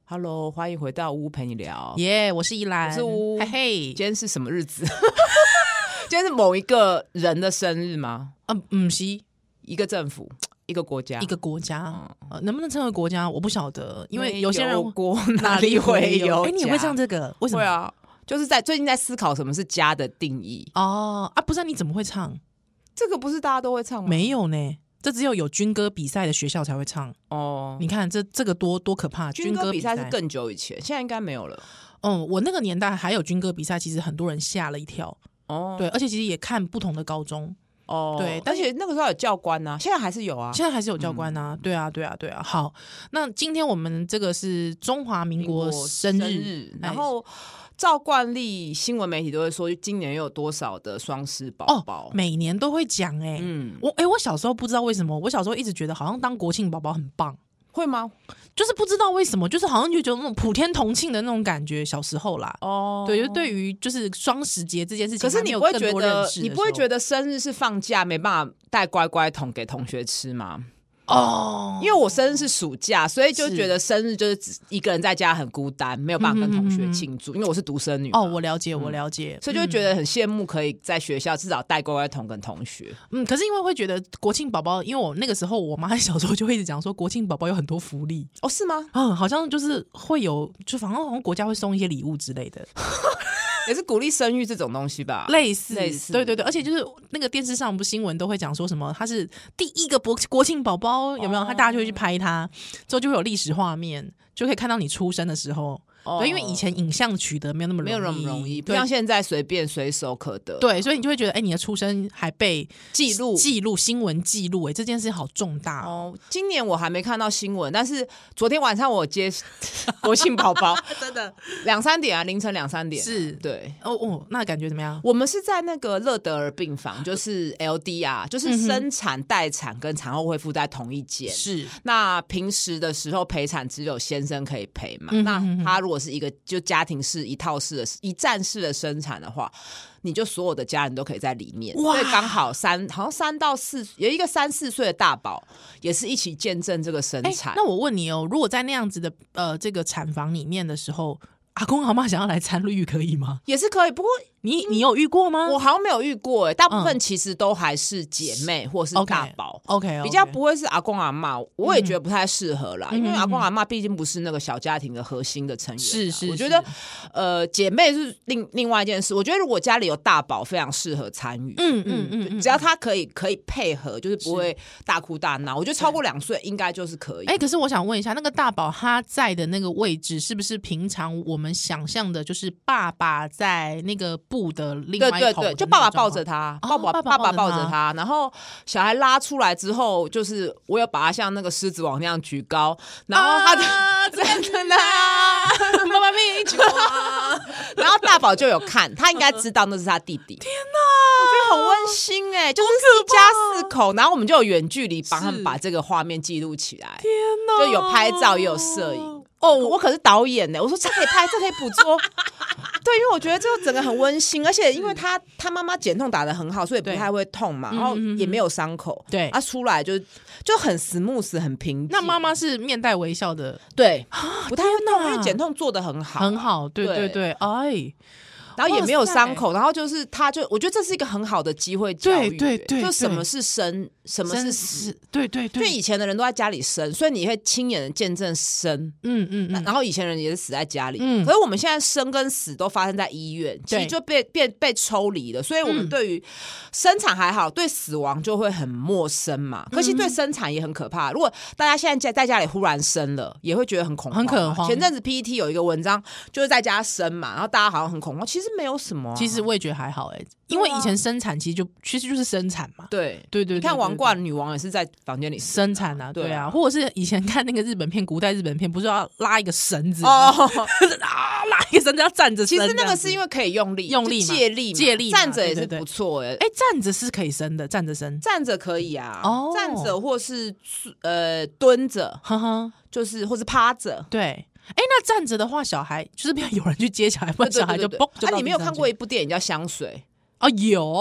Hello， 欢迎回到屋陪你聊。 耶、我是依兰， 我是屋。 嘿嘿， 今天是什么日子？今天是某一个人的生日吗？ 不是一个政府，一个国家， 一个国家，能不能称为国家我不晓得，因为有些人国哪里会有哎，你也会唱这个？为什么？ 会啊，就是最近在思考什么是家的定义。 不是、你怎么会唱？ 这个不是大家都会唱吗？ 没有呢。这只有军歌比赛的学校才会唱哦。你看这个多可怕！ 军歌比赛是更久以前，现在应该没有了。 我那个年代还有军歌比赛，其实很多人吓了一跳哦。对，而且其实也看不同的高中哦。对， 而且那个时候有教官啊，现在还是有啊， 现在还是有教官啊。对啊。好，那今天我们这个是中华民国生日， 然后。照惯例，新闻媒体都会说今年又有多少的双狮宝宝， 每年都会讲我小时候不知道为什么，我小时候一直觉得好像当国庆宝宝很棒， 会吗？ 就是不知道为什么，就是好像就觉得那种普天同庆的那种感觉，小时候啦。对，就对于就是双十节这件事情， 可是你不会觉得生日是放假，没办法带乖乖桶给同学吃吗？因为我生日是暑假，所以就觉得生日就是一个人在家很孤单，没有办法跟同学庆祝。因为我是独生女我了解， 所以就会觉得很羡慕，可以在学校至少带乖乖桶跟同学。 可是因为会觉得国庆宝宝，因为我那个时候我妈小时候就会一直讲说国庆宝宝有很多福利是吗？ 好像就是会有，就好像国家会送一些礼物之类的。 也是鼓励生育这种东西吧， 类似，对，而且就是那个电视上不新闻都会讲说什么，他是第一个国庆宝宝，有没有？大家就会去拍他，之后就会有历史画面，就可以看到你出生的时候。对，因为以前影像取得没有那么容易， 不像现在随便随手可得。 对，所以你就会觉得，你的出生还被记录新闻记录，这件事好重大今年我还没看到新闻，但是昨天晚上我接国庆宝宝， 真的 2-3点啊，凌晨2-3点是， 对那感觉怎么样？ 我们是在那个乐德尔病房，就是 LD 啊，就是生产、待产跟产后恢复在同一间。是，那平时的时候陪产只有先生可以陪嘛，那他如果是一个就家庭式一套式的一站式的生产的话，你就所有的家人都可以在里面，所以刚好好像3到4有一个3-4岁的大宝也是一起见证这个生产。 那我问你如果在那样子的这个产房里面的时候，阿公阿嬷想要来参与可以吗？ 也是可以，不过你有遇过吗？ 我好像没有遇过大部分其实都还是姐妹或是大宝 ，OK， 比较不会是阿公阿嬷，我也觉得不太适合啦，因为阿公阿嬷毕竟不是那个小家庭的核心的成员。是，我觉得姐妹是另外一件事。我觉得如果家里有大宝，非常适合参与。只要他可以配合，就是不会大哭大闹。我觉得超过2岁应该就是可以。 可是我想问一下，那个大宝他在的那个位置，是不是平常我们想象的，就是爸爸在那个布的另外一头？ 对，就爸爸抱着他，爸爸抱着他，然后小孩拉出来之后，就是我有把他像那个狮子王那样举高，然后他真的妈妈咪一然后大宝就有看，他应该知道那是他弟弟。 天哪， 我觉得很温馨就是一家4口，然后我们就有远距离帮他们把这个画面记录起来。 天哪， 就有拍照也有摄影。我可是导演我说这可以拍，这可以捕捉。对，因为我觉得这个整个很温馨，而且因为他妈妈减痛打得很好，所以不太会痛嘛，然后也没有伤口。对，出来就很 smooth 很平静。 那妈妈是面带微笑的， 对，不太会痛，因为减痛做得很好， 很好。对， 然后也没有伤口，然后就是我觉得这是一个很好的机会教育。对，就什么是生，什么是死。对，因为以前的人都在家里生，所以你会亲眼的见证生。然后以前人也是死在家里。可是我们现在生跟死都发生在医院，其实就被抽离了。所以我们对于生产还好，对死亡就会很陌生嘛。可是对生产也很可怕。如果大家现在在家里忽然生了，也会觉得很恐慌。很可慌。前阵子 PTT 有一个文章，就是在家生嘛，然后大家好像很恐慌。其实没有什么其实我也觉得还好因为以前生产其实就是生产嘛。 对，你看王冠女王也是在房间里生产啊，对啊，或者是以前看那个日本片，古代日本片不是要拉一个绳子拉一个绳子要站着生。 其实那个是因为可以用力借力站着也是不错站着是可以生的，站着生， 站着可以啊，站着或是蹲着，就是或是趴着。 对。那站着的话，小孩就是不要有人去接小孩，不然小孩就嘣。 你没有看过一部电影叫《香水》？ 有，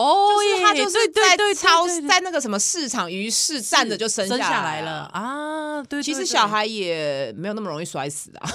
就是他就是在那个什么市场鱼市站着就生下来了啊！ 对， 其实小孩也没有那么容易摔死啊。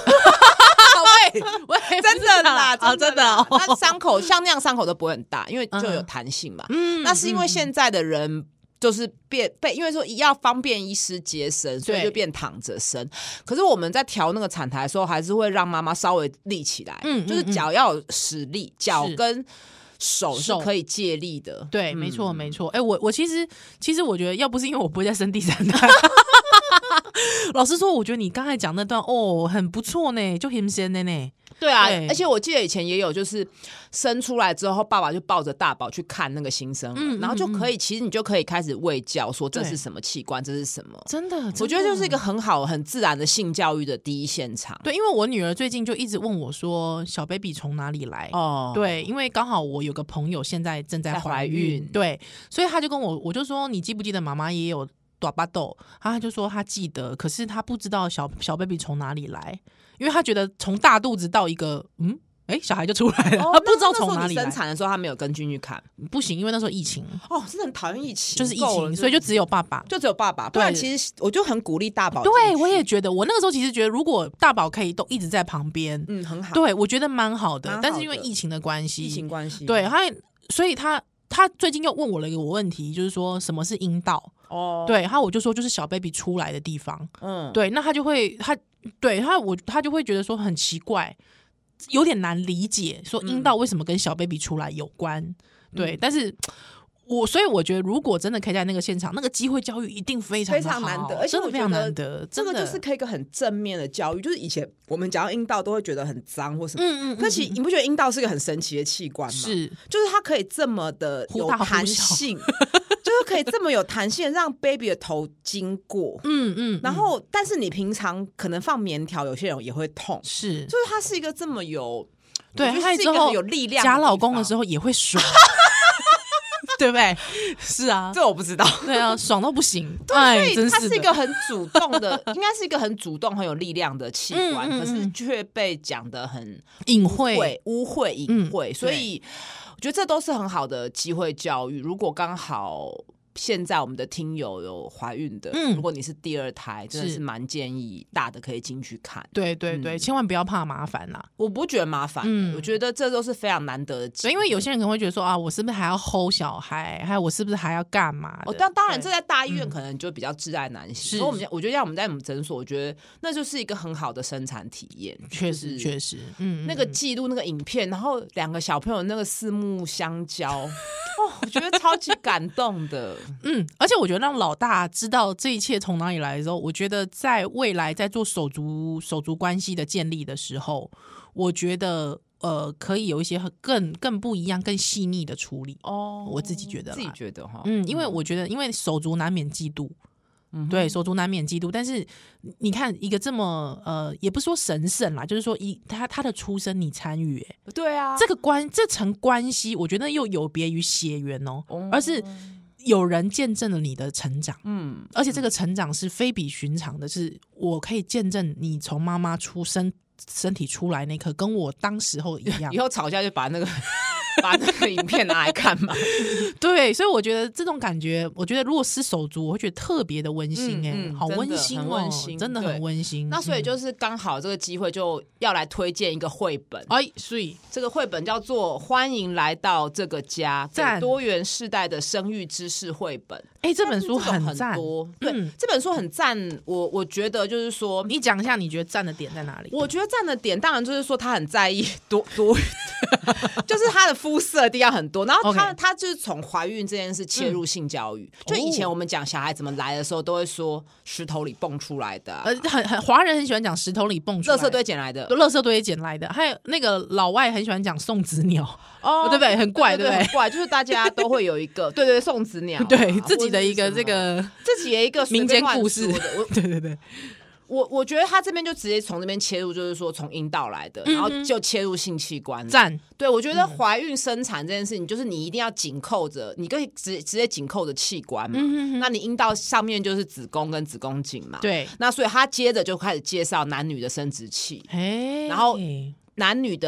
喂， 真的啦， 真的， 那伤口像那样伤口都不会很大，因为就有弹性嘛。那是因为现在的人就是因为说要方便医师接生，所以就变躺着生。可是我们在调那个产台的时候，还是会让妈妈稍微立起来，就是脚要有使力，脚跟手是可以借力的。 对，没错没错。我其实我觉得，要不是因为我不会再生第三胎。老实说，我觉得你刚才讲那段很不错呢，就很鲜的呢。 对啊，而且我记得以前也有，就是生出来之后，爸爸就抱着大宝去看那个新生儿，然后就可以，其实你就可以开始卫教，说这是什么器官，这是什么。真的，我觉得就是一个很好、很自然的性教育的第一现场。 对，因为我女儿最近就一直问我说，小 baby 从哪里来？对，因为刚好我有个朋友现在正在怀孕，对，所以他就跟我就说，你记不记得妈妈也有大巴豆？他就说他记得，可是他不知道小 baby 从哪里来。因为他觉得从大肚子到一个小孩就出来了，他不知道从哪里来。 生产的时候他没有跟进去看， 不行，因为那时候疫情真的很讨厌疫情， 就是疫情，所以就只有爸爸， 不然其实我就很鼓励大宝。 对，我也觉得，我那个时候其实觉得，如果大宝可以都一直在旁边，很好。对，我觉得蛮好的，但是因为疫情的关系，对，所以他最近又问我了一个问题，就是说什么是阴道？对，我就说就是小 baby 出来的地方。对，那他就会他就会觉得说很奇怪，有点难理解，说阴道为什么跟小 baby 出来有关？对，但是所以我觉得，如果真的可以在那个现场，那个机会教育一定非常难得，而且真的非常难得。 这个就是可以一个很正面的教育，就是以前我们讲到阴道都会觉得很脏或什么，可其实你不觉得阴道是一个很神奇的器官吗？是，就是它可以这么的有弹性。就是可以这么有弹性，让 baby 的头经过，然后但是你平常可能放棉条，有些人也会痛，就是它是一个这么有， 对， 它是一个很有力量， 夹老公的时候也会爽，对不对？是啊， 这我不知道， 对啊，爽到不行， 对，所以它是一个很主动的，应该是一个很主动、很有力量的器官，可是却被讲得很隐晦、 污秽、隐晦，所以。我觉得这都是很好的机会教育。如果刚好现在我们的听友有怀孕的，如果你是第二胎，真的是蛮建议大的可以进去看。 对对对，千万不要怕麻烦啦。 我不觉得麻烦，我觉得这都是非常难得的机会。 因为有些人可能会觉得说我是不是还要 hold 小孩，还有我是不是还要干嘛的？ 当然，这在大医院可能就比较窒碍难行。所以我觉得像我们在我们诊所，我觉得那就是一个很好的生产体验。 确实， 那个记录那个影片，然后两个小朋友那个四目相交。我觉得超级感动的。 而且我觉得让老大知道这一切从哪里来的时候，我觉得在未来在做手足关系的建立的时候，我觉得可以有一些更不一样、更细腻的处理。我自己觉得哈， 因为我觉得，因为手足难免嫉妒。对，手足难免嫉妒，但是你看一个这么也不是说神圣啦，就是说他的出生你参与， 对啊， 这层关系，我觉得又有别于血缘而是有人见证了你的成长，而且这个成长是非比寻常的，是我可以见证你从妈妈身体出来那刻，跟我当时候一样。 以后吵架就把那个影片拿来看嘛。 对，所以我觉得这种感觉，我觉得如果是手足，我会觉得特别的温馨好温馨哦， 温馨， 真的很温馨。 那所以就是刚好这个机会就要来推荐一个绘本， 所以这个绘本叫做《欢迎来到这个家》，多元世代的生育知识绘本。 这本书很赞， 对，这本书很赞。我觉得就是说， 你讲一下你觉得赞的点在哪里？ 我觉得赞的点当然就是说他很在意多就是他的肤色一定要很多，然后他就是从怀孕这件事切入性教育。就以前我们讲小孩怎么来的时候，都会说石头里蹦出来的， 华人很喜欢讲石头里蹦出来的， 垃圾堆捡来的， 垃圾堆捡来的。还有那个老外很喜欢讲送子鸟，对不对？很怪，对不对？ 很怪，就是大家都会有一个对送子鸟， 对自己的一个自己的一个民间故事，对。 我觉得他这边就直接从这边切入，就是说从阴道来的，然后就切入性器官。 赞， 对，我觉得怀孕生产这件事情，就是你一定要紧扣着，你可以直接紧扣着器官嘛。那你阴道上面就是子宫跟子宫颈嘛。 对， 那所以他接着就开始介绍男女的生殖器，然后男女的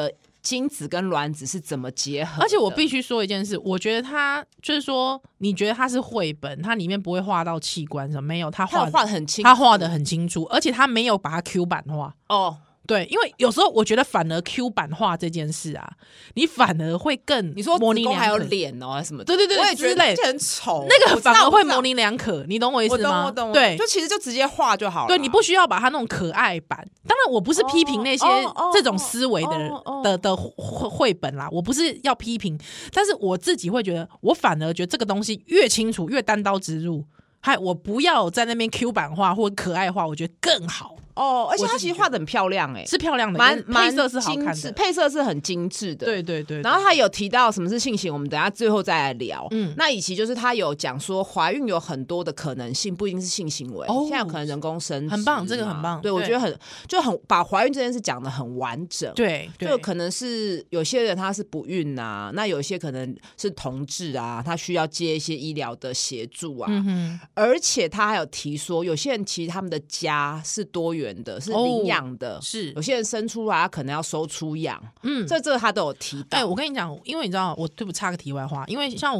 精子跟卵子是怎么结合的。 而且我必须说一件事，我觉得他就是说，你觉得他是绘本，它里面不会画到器官什么，没有，他画得很清楚， 他画得很清楚，而且他没有把它 Q 版化哦。 对，因为有时候我觉得反而 Q 版化这件事啊，你反而会更你说子宫还有脸哦什么的， 对， 我也觉得很丑， 那个反而会模棱两可，你懂我意思吗？ 我懂， 对， 就其实就直接画就好了。 对，你不需要把它弄可爱版。当然，我不是批评那些这种思维的绘本啦，我不是要批评，但是我自己会觉得，我反而觉得这个东西越清楚，越单刀直入。我不要在那边 Q 版化或可爱化，我觉得更好哦。而且它其实画得很漂亮是漂亮的，配色是好看的， 配色是很精致的。 对。 然后他有提到什么是性行，我们等一下最后再来聊。那以及就是他有讲说，怀孕有很多的可能性，不一定是性行为。现在有可能人工生殖， 很棒，这个很棒。 对，我觉得很把怀孕这件事讲得很完整。 对， 就可能是有些人他是不孕啊，那有些可能是同志啊，他需要接一些医疗的协助啊。而且他还有提说，有些人其实他们的家是多元的，是领养的， 是有些人生出来他可能要收出养，这个他都有提到。 我跟你讲，因为你知道，我对不插个题外话，因为像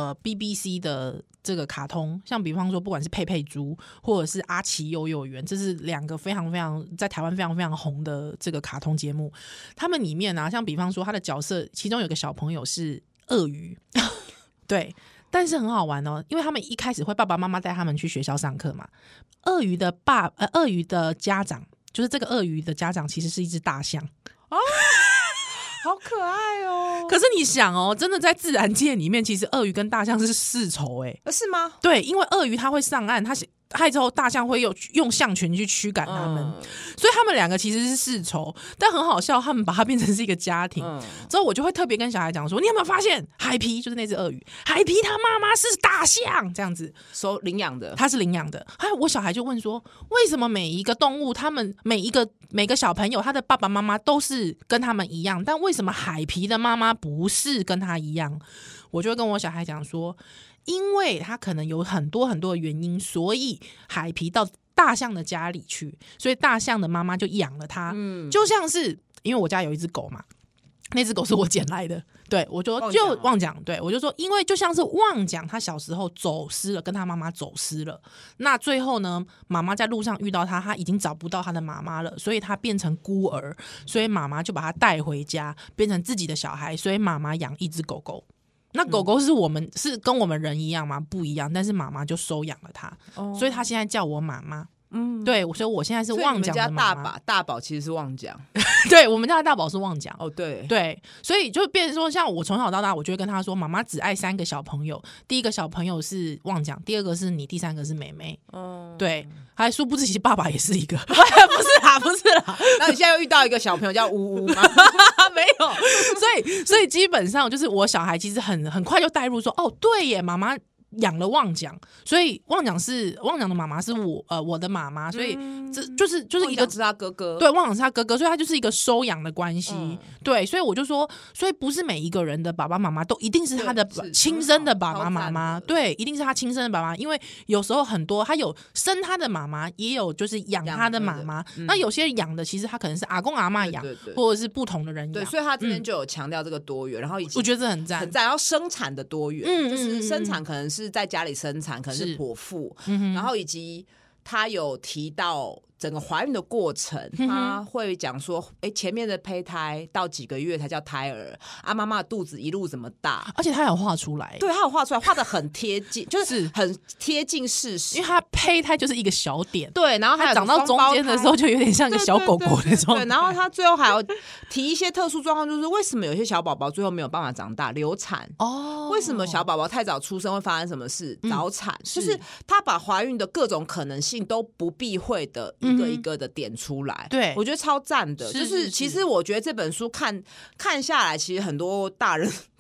BBC 的这个卡通，像比方说不管是佩佩猪或者是阿奇幼幼园，这是两个非常非常在台湾非常非常红的这个卡通节目，他们里面啊，像比方说他的角色，其中有个小朋友是鳄鱼，对。但是很好玩哦，因为他们一开始会爸爸妈妈带他们去学校上课嘛。鳄鱼的家长，就是这个鳄鱼的家长，其实是一只大象哦，好可爱哦。 可是你想哦，真的在自然界里面，其实鳄鱼跟大象是世仇是吗？ 对，因为鳄鱼它会上岸，它害之后大象会用象群去驱赶他们，所以他们两个其实是世仇，但很好笑，他们把它变成是一个家庭。之后我就会特别跟小孩讲说，你有没有发现海皮就是那只鳄鱼，海皮他妈妈是大象，这样子领养的， 他是领养的。我小孩就问说，为什么每一个动物，他们每个小朋友，他的爸爸妈妈都是跟他们一样，但为什么海皮的妈妈不是跟他一样？我就会跟我小孩讲说，因为他可能有很多很多的原因，所以海皮到大象的家里去，所以大象的妈妈就养了他。就像是因为我家有一只狗嘛，那只狗是我捡来的，对，我就妄讲，对，我就说，因为就像是妄讲，他小时候走失了，跟他妈妈走失了，那最后呢，妈妈在路上遇到他已经找不到他的妈妈了，所以他变成孤儿，所以妈妈就把他带回家，变成自己的小孩，所以妈妈养一只狗狗。那狗狗是跟我们人一样吗？不一样，但是妈妈就收养了它，所以他现在叫我妈妈。对，所以我现在是妄讲的妈妈。 所以你们家大宝其实是妄讲， 对，我们家的大宝是妄讲。 对， 所以就变成说，像我从小到大，我就会跟他说，妈妈只爱3个小朋友，第一个小朋友是妄讲，第二个是你，第三个是妹妹。对，还殊不知其实爸爸也是一个，不是啦。 那你现在又遇到一个小朋友叫呜呜吗？ 没有，所以基本上就是我小孩其实很快就带入说，哦，对耶，妈妈养了妄讲，所以妄讲的妈妈是我的妈妈，所以这就是一个是他哥哥， 对，妄讲是他哥哥，所以他就是一个收养的关系。对，所以我就说，所以不是每一个人的爸爸妈妈都一定是他的亲生的爸爸妈妈，对，一定是他亲生的爸爸，因为有时候很多他有生他的妈妈，也有就是养他的妈妈。那有些养的其实他可能是阿公阿嬷养，或者是不同的人养。 对，所以他这边就有强调这个多元，然后我觉得这很赞， 然后生产的多元，就是生产可能是在家里生产，可能是剖腹，然后以及他有提到整个怀孕的过程，他会讲说，前面的胚胎到几个月才叫胎儿啊，妈妈的肚子一路怎么大， 而且他有画出来， 对，他有画出来，画得很贴近，就是很贴近事实， 因为他胚胎就是一个小点， 对，然后他长到中间的时候就有点像一个小狗狗的状态， 对，然后他最后还要提一些特殊状况，就是为什么有些小宝宝最后没有办法长大，流产为什么小宝宝太早出生会发生什么事，早产，就是他把怀孕的各种可能性都不避讳的一个一个的点出来， 对， 我觉得超赞的。就是其实我觉得这本书看下来，其实很多大人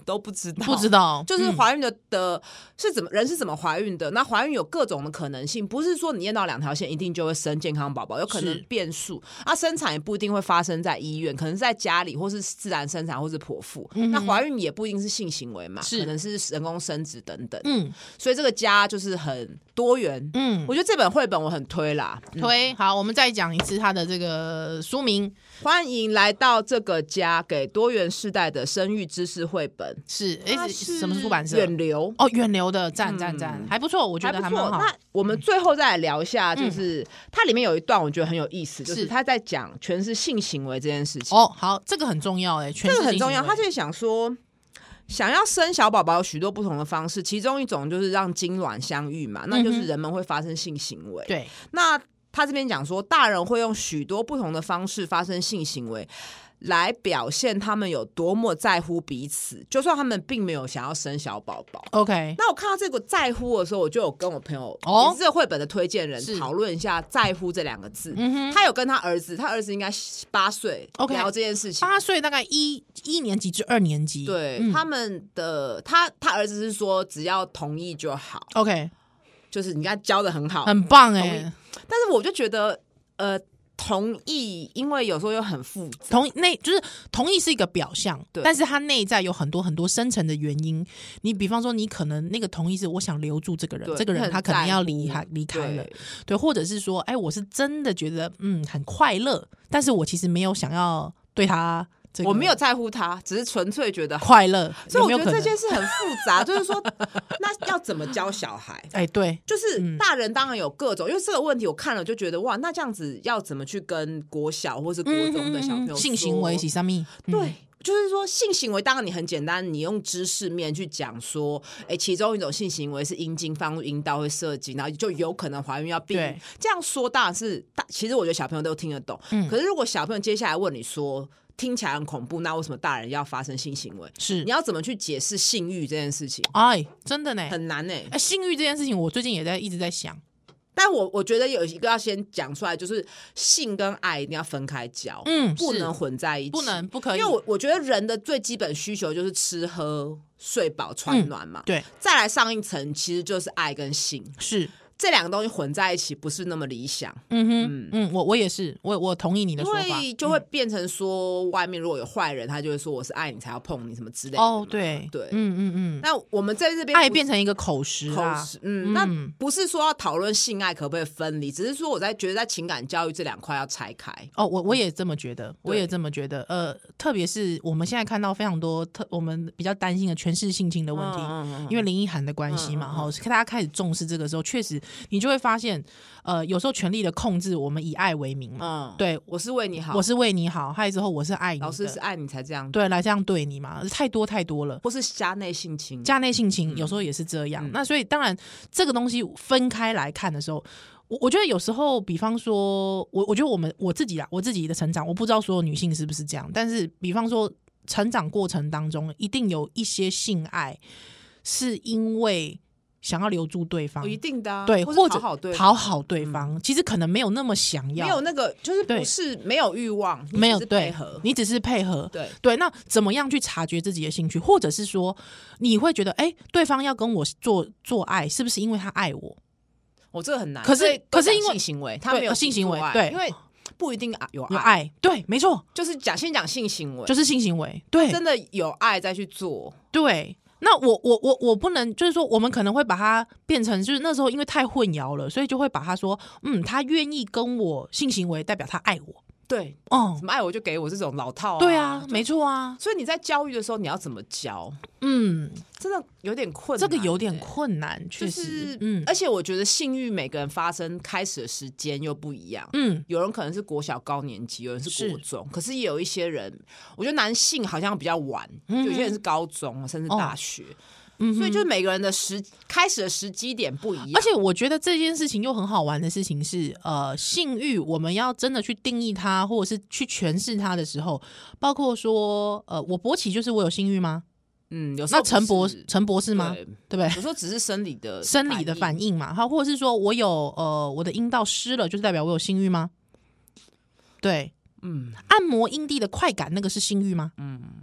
都不知道， 不知道， 就是怀孕的是怎么人是怎么怀孕的？那怀孕有各种的可能性，不是说你验到2条线一定就会生健康宝宝，有可能变数。生产也不一定会发生在医院，可能是在家里，或是自然生产，或是剖腹。那怀孕也不一定是性行为嘛，可能是人工生殖等等。所以这个家就是很多元。我觉得这本绘本我很推啦， 推。好，我们再讲一次它的这个书名。 欢迎来到这个家，给多元世代的生育知识绘本。 是什么出版社？ 远流。 远流的，赞，还不错，我觉得还蛮好。 那我们最后再来聊一下，就是它里面有一段我觉得很有意思，就是他在讲全是性行为这件事情。 好，这个很重要全是性行为， 这个很重要。他就想说，想要生小宝宝有许多不同的方式，其中一种就是让精卵相遇嘛，那就是人们会发生性行为。 对， 那他这边讲说，大人会用许多不同的方式发生性行为，来表现他们有多么在乎彼此，就算他们并没有想要生小宝宝。 OK， 那我看到这个在乎的时候，我就有跟我朋友，也是这个绘本的推荐人讨论一下在乎这2个字。他有跟他儿子应该8岁聊这件事情。 8岁大概一年级至2年级。 对，他们的他儿子是说只要同意就好。 OK， 就是你跟他教的很好， 很棒但是我就觉得同意，因为有时候又很复杂。 就是同意是一个表象，但是它内在有很多很多深层的原因。你比方说，你可能那个同意是我想留住这个人，这个人他可能要离开了，对，或者是说，我是真的觉得很快乐，但是我其实没有想要对他。 我没有在乎他，只是纯粹觉得快乐， 所以我觉得这件事很复杂。就是说，那要怎么教小孩？ 对， 就是大人当然有各种，因为这个问题我看了就觉得哇，那这样子要怎么去跟国小或是国中的小朋友说性行为是什么？ 对。就是说性行为当然你很简单，你用知识面去讲说其中一种性行为是阴茎放入阴道会射精，然后就有可能怀孕要避孕，这样说当然是其实我觉得小朋友都听得懂。可是如果小朋友接下来问你说听起来很恐怖，那为什么大人要发生性行为？是你要怎么去解释性欲这件事情？ 真的呢， 很难呢。 性欲这件事情我最近也一直在想， 但我觉得有一个要先讲出来，就是性跟爱一定要分开教，不能混在一起， 不可以。 因为我觉得人的最基本需求就是吃喝睡饱穿暖嘛， 对， 再来上一层其实就是爱跟性， 是这 2个东西混在一起不是那么理想。 我也是，我同意你的说法， 因为就会变成说外面如果有坏人，他就会说我是爱你才要碰你什么之类的。 对， 那我们在这边爱变成一个口实啊， 那不是说要讨论性爱可不可以分离，只是说我觉得在情感教育这2块要拆开。 我也这么觉得，特别是我们现在看到非常多我们比较担心的权势性侵的问题，因为林奕含的关系嘛，大家开始重视这个时候，确实你就会发现有时候权力的控制我们以爱为名嘛，对， 我是为你好， 还有之后我是爱你的， 老师是爱你才这样， 对，来这样对你嘛，太多了， 或是家内性侵有时候也是这样。那所以当然这个东西分开来看的时候，我觉得有时候比方说我觉得我自己的成长，我不知道所有女性是不是这样，但是比方说成长过程当中一定有一些性爱是因为想要留住对方， 一定的啊， 对，或者讨好对方，其实可能没有那么想要， 没有那个就是不是没有欲望， 没有配合， 你只是配合， 对。 那怎么样去察觉自己的兴趣，或者是说你会觉得对方要跟我做爱，是不是因为他爱我？ 这个很难。 可是因为性行为，他没有性行为， 对，因为不一定有爱，对，没错， 就是先讲性行为， 就是性行为，对， 真的有爱再去做， 对。那我不能，就是说我们可能会把它变成，就是那时候因为太混淆了，所以就会把他说，他愿意跟我性行为，代表他爱我。 对，什么爱我就给我这种老套对啊，没错啊。 所以你在教育的时候，你要怎么教？真的有点困难， 这个有点困难，确实。而且我觉得性欲每个人发生开始的时间又不一样。有人可能是国小高年级，有人是国中，可是也有一些人，我觉得男性好像比较晚，有些人是高中甚至大学。所以就是每个人的开始的时机点不一样， 而且我觉得这件事情又很好玩的事情是，性欲我们要真的去定义它，或者是去诠释它的时候，包括说，我勃起就是我有性欲吗？ 有时候陈博士吗？对不对？ 有时候只是生理的反应嘛，或者是说我有我的阴道湿了，就是代表我有性欲吗？对，按摩阴蒂的快感，那个是性欲吗？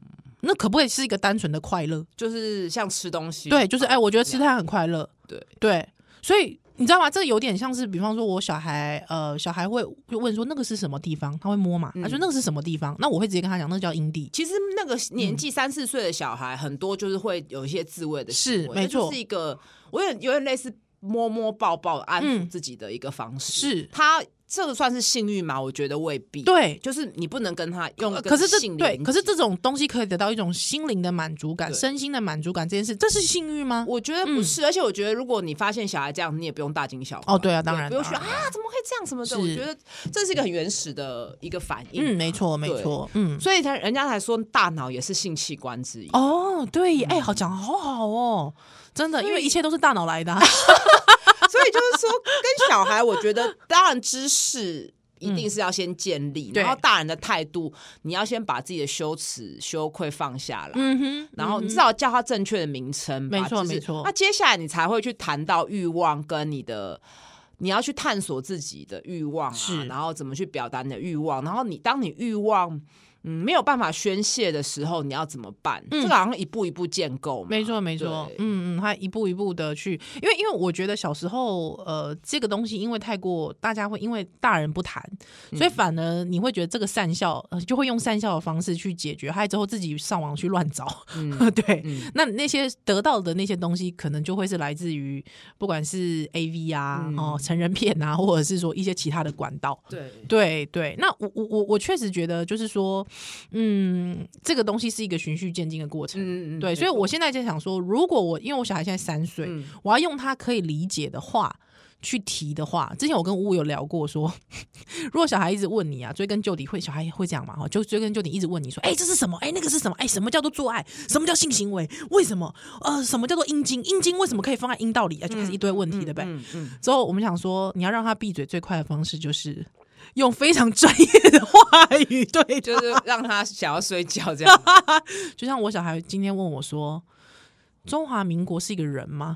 那可不可以是一个单纯的快乐？ 就是像吃东西， 对，就是我觉得吃它很快乐， 对， 所以你知道吗？这有点像是，比方说我小孩会问说那个是什么地方，他会摸嘛，他说那个是什么地方，那我会直接跟他讲，那个叫阴蒂。 其实那个年纪3、4岁的小孩，很多就是会有一些自慰的行为， 是没错， 是一个我有点类似摸摸抱抱安抚自己的一个方式， 是他。这个算是性欲吗？我觉得未必。 对， 就是你不能跟他用可是这种东西可以得到一种心灵的满足感、身心的满足感，这件事，这是性欲吗？ 我觉得不是，而且我觉得如果你发现小孩这样，你也不用大惊小怪。 哦，对啊，当然不用说怎么会这样什么的。我觉得这是一个很原始的一个反应。 没错，没错。 所以人家才说大脑也是性器官之一。 哦，对，好讲好好哦，真的，因为一切都是大脑来的。 所以就是说，跟小孩，我觉得当然知识一定是要先建立，然后大人的态度，你要先把自己的羞耻、羞愧放下来，然后你至少叫他正确的名称， 没错没错。 那接下来你才会去谈到欲望跟你要去探索自己的欲望啊，然后怎么去表达你的欲望，然后当你欲望没有办法宣泄的时候，你要怎么办？这个好像一步一步建构嘛。 没错没错，他一步一步的去，因为我觉得小时候这个东西因为太过大家会因为大人不谈，所以反而你会觉得这个善笑就会用善笑的方式去解决，还之后自己上网去乱找，对，那些得到的那些东西可能就会是来自于不管是 AV 啊、成人片啊，或者是说一些其他的管道。对，那我确实觉得就是说。这个东西是一个循序渐进的过程，对，所以我现在在想说，如果因为我小孩现在3岁，我要用他可以理解的话去提的话，之前我跟乌有聊过说，如果小孩一直问你啊，追根究底小孩会这样嘛？就追根究底一直问你说，这是什么？那个是什么？什么叫做做爱？什么叫性行为？为什么？什么叫做阴茎？阴茎为什么可以放在阴道里啊？就开始一堆问题，对不对？之后我们想说，你要让他闭嘴最快的方式就是用非常专业的话语，对， 就是让他想要睡觉这样。 就像我小孩今天问我说：“中华民国是一个人吗？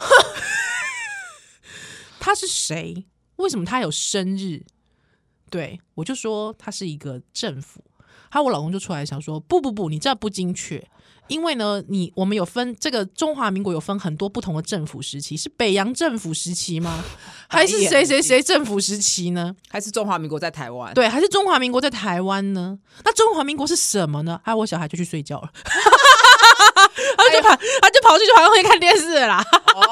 他是谁？为什么他有生日？”对，我就说他是一个政府。我老公就出来想说：“不，你这不精确。”因为呢，我们有分这个中华民国有分很多不同的政府时期，是北洋政府时期吗？还是谁政府时期呢？ 还是中华民国在台湾？ 对，还是中华民国在台湾呢？那中华民国是什么呢？我小孩就去睡觉了，他就跑去床上会看电视了啦。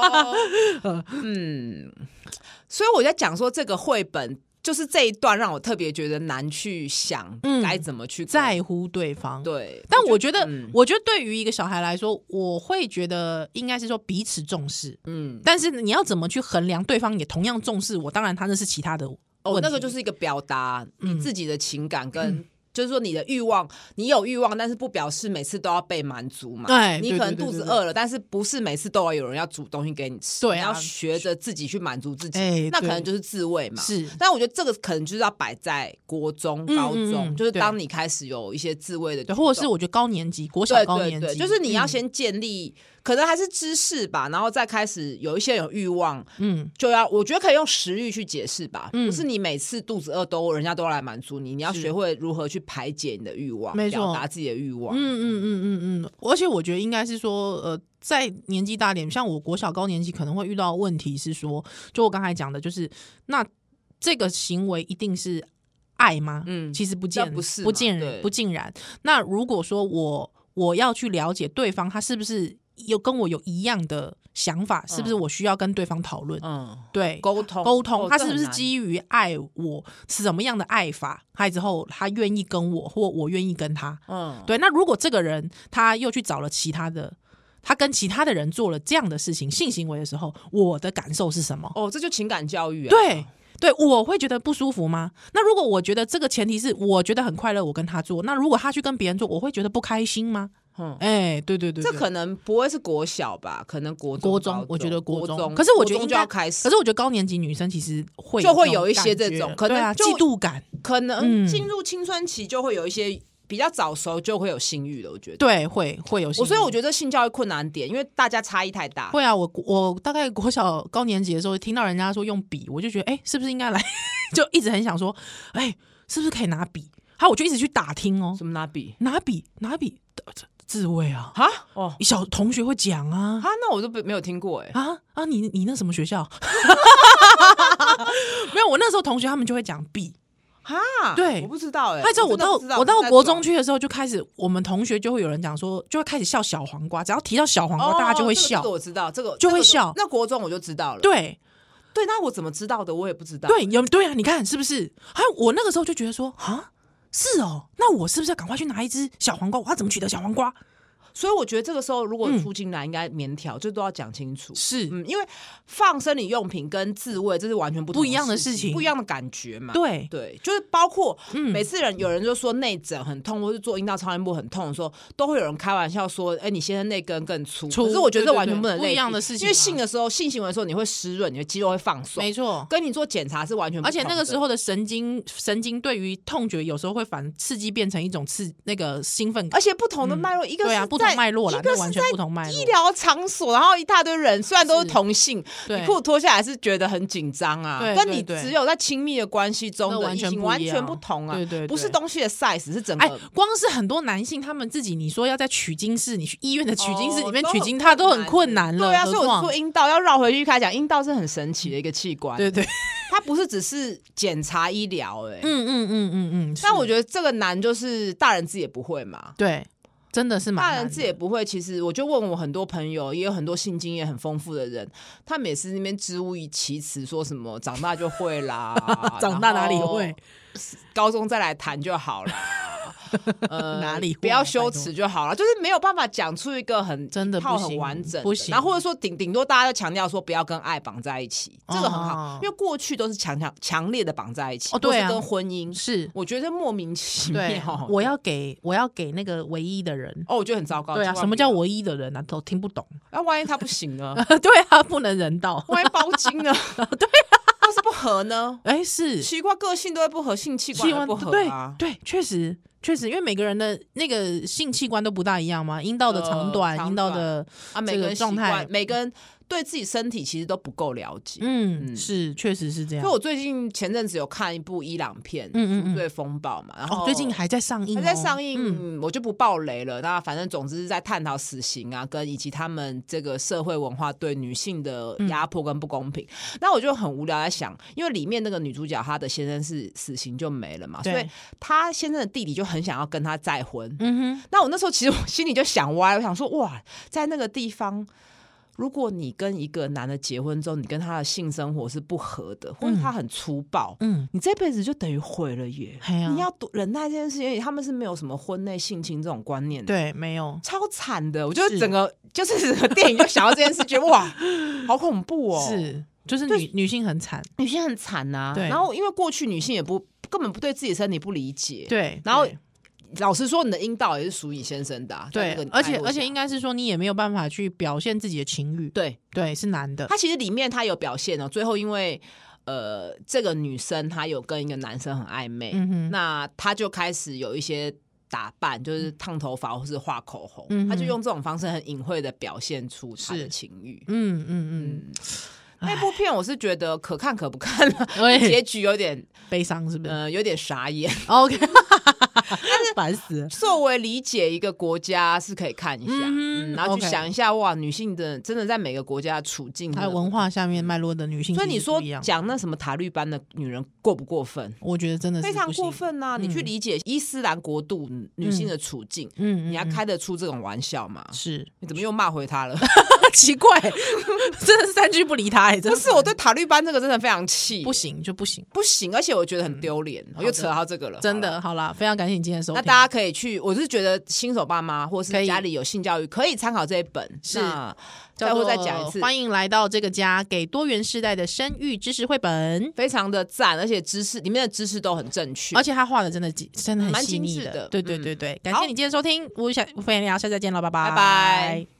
所以我在讲说这个绘本。就是这一段让我特别觉得难去想该怎么去在乎对方。 对， 但我觉得对于一个小孩来说，我会觉得应该是说彼此重视。但是你要怎么去衡量对方也同样重视我？当然，他那是其他的问题。 那个就是一个表达你自己的情感跟。就是说你的欲望，你有欲望，但是不表示每次都要被满足嘛。 对， 你可能肚子饿了，但是不是每次都要有人要煮东西给你吃。 对， 你要学着自己去满足自己。那可能就是自慰嘛。 是， 但我觉得这个可能就是要摆在国中、高中，就是当你开始有一些自慰的， 或者是我觉得高年级、国小高年级， 就是你要先建立。可能还是知识吧，然后再开始有一些有欲望，就要我觉得可以用食欲去解释吧，不是你每次肚子饿人家都要来满足你，你要学会如何去排解你的欲望，表达自己的欲望。 而且我觉得应该是说，在年纪大点，像我国小高年级可能会遇到的问题是说，就我刚才讲的，就是那这个行为一定是爱吗？其实不尽然。那如果说我要去了解对方，他是不是跟我有一样的想法，是不是我需要跟对方讨论？对，沟通，他是不是基于爱我是什么样的爱法？还之后他愿意跟我，或我愿意跟他。对。那如果这个人他又去找了其他的，他跟其他的人做了这样的事情，性行为的时候，我的感受是什么？ 这就情感教育啊。 对，我会觉得不舒服吗？那如果我觉得这个前提是我觉得很快乐，我跟他做，那如果他去跟别人做，我会觉得不开心吗？对， 这可能不会是国小吧，可能国中， 我觉得国中，可是我觉得应该要开始。可是我觉得高年级女生其实就会有一些这种可能嫉妒感， 可能进入青春期就会有一些比较早熟就会有性欲了，我觉得对，会有性欲。 所以我觉得性教育困难点，因为大家差异太大。 会啊，我大概国小高年级的时候听到人家说用笔，我就觉得是不是应该来，就一直很想说是不是可以拿笔？我就一直去打听什么拿笔自慰啊？ 哈哦， 小同学会讲啊？ 哈，那我都没有听过哎。 你那什么学校？没有，我那时候同学他们就会讲 B。 哈， 对， 我不知道哎。 之后我到国中去的时候，就开始我们同学就会有人讲说，就会开始笑小黄瓜，只要提到小黄瓜，大家就会笑。 这个我知道，这个就会笑。 那国中我就知道了。 对， 那我怎么知道的？我也不知道。 对啊，你看是不是？我那个时候就觉得说，是哦，那我是不是要赶快去拿一只小黄瓜？我要怎么取得小黄瓜？ 所以我觉得这个时候如果出进来应该免条，就都要讲清楚。 是， 因为放生理用品跟自慰这是完全不一样的事情， 不一样的感觉嘛。 对， 就是包括每次有人就说内诊很痛，或是做阴道超音波很痛的时候，都会有人开玩笑说：“你先生内根更粗。”可是我觉得这完全不能类比， 不一样的事情。 因为性行为的时候你会湿润，你的肌肉会放松， 没错， 跟你做检查是完全不同的。 而且那个时候的神经对于痛觉有时候会反刺激变成一种那个兴奋感， 而且不同的脉络，一个是不同脉络啦，完全不同脉络。 医疗场所，然后一大堆人，虽然都是同性，你裤脱下来是觉得很紧张啊，跟你只有在亲密的关系中的异性完全不同啊。 对， 不是东西的 size， 是整个。 光是很多男性他们自己，你说要在取精室，你去医院的取精室里面取精，他都很困难了。 对啊，所以我说阴道要绕回去开讲，阴道是很神奇的一个器官。 对， 它不是只是检查医疗， 嗯。 但我觉得这个难就是大人自己也不会嘛。 对。真的是蛮难的， 大人自己也不会。其实我就问我很多朋友，也有很多性经验很丰富的人，他们也是那边支吾以其词，说什么长大就会啦， 长大哪里会？ 高中再来谈就好啦。 哪里不要羞耻就好了，就是没有办法讲出一个真的很完整的， 不行。 然后或者说顶多大家就强调说不要跟爱绑在一起，这个很好，因为过去都是强烈的绑在一起， 对啊， 或是跟婚姻是， 我觉得莫名其妙。 我要给那个唯一的人， 我觉得很糟糕。 对啊，什么叫唯一的人啊？都听不懂。 那万一他不行呢？ 对啊，不能人道。 万一包茎呢？对啊。要是不合呢？ 是奇怪，个性都会不合，性器官也不合啊。 对，确实，因为每个人的那个性器官都不大一样嘛，阴道的长短，阴道的这个状态， 每个人对自己身体其实都不够了解。 是，确实是这样。 所以我最近前阵子有看一部伊朗片《赎罪风暴》嘛，然后最近还在上映， 我就不爆雷了。那反正总之是在探讨死刑啊，跟以及他们这个社会文化对女性的压迫跟不公平。那我就很无聊在想，因为里面那个女主角她的先生是死刑就没了嘛，所以她先生的弟弟就很想要跟她再婚。那我那时候其实我心里就想歪，我想说哇，在那个地方。如果你跟一个男的结婚之后，你跟他的性生活是不合的，或者他很粗暴，你这辈子就等于毁了耶。你要忍耐这件事情，因为他们是没有什么婚内性侵这种观念的， 对，没有， 超惨的。我觉得整个电影就想到这件事，觉得哇，好恐怖哦。 是，就是女性很惨， 女性很惨呐。然后因为过去女性也根本不对自己的身体不理解， 对， 然后。老实说，你的阴道也是属于你先生的， 对，而且应该是说你也没有办法去表现自己的情欲，对，是难的。 他其实里面他有表现哦，最后因为这个女生她有跟一个男生很暧昧，那他就开始有一些打扮，就是烫头发或是画口红，他就用这种方式很隐晦的表现出他的情欲。那部片我是觉得可看可不看了，结局有点悲伤，是不是？ 有点傻眼。 OK， 但是烦死了。 作为理解一个国家是可以看一下，然后去想一下，哇，女性的真的在每个国家的处境还有文化下面脉络的女性， 所以你说讲那什么塔利班的女人过不过分？ 我觉得真的是非常过分啊！你去理解伊斯兰国度女性的处境，你还开得出这种玩笑吗？ 是， 你怎么又骂回他了？ 奇怪，真的是3句不理他。 不是，我对塔利班这个真的非常气， 不行就不行， 而且我觉得很丢脸。我又扯到这个了， 真的好啦，非常感谢你今天的收听。 那大家可以去，我是觉得新手爸妈或是家里有性教育可以参考这一本， 是。 最后再讲一次， 欢迎来到这个家，给多元世代的生育知识绘本， 非常的赞，而且里面的知识都很正确， 而且他画的真的很细腻的， 对，感谢你今天收听，无非聊，下次再见了，拜拜。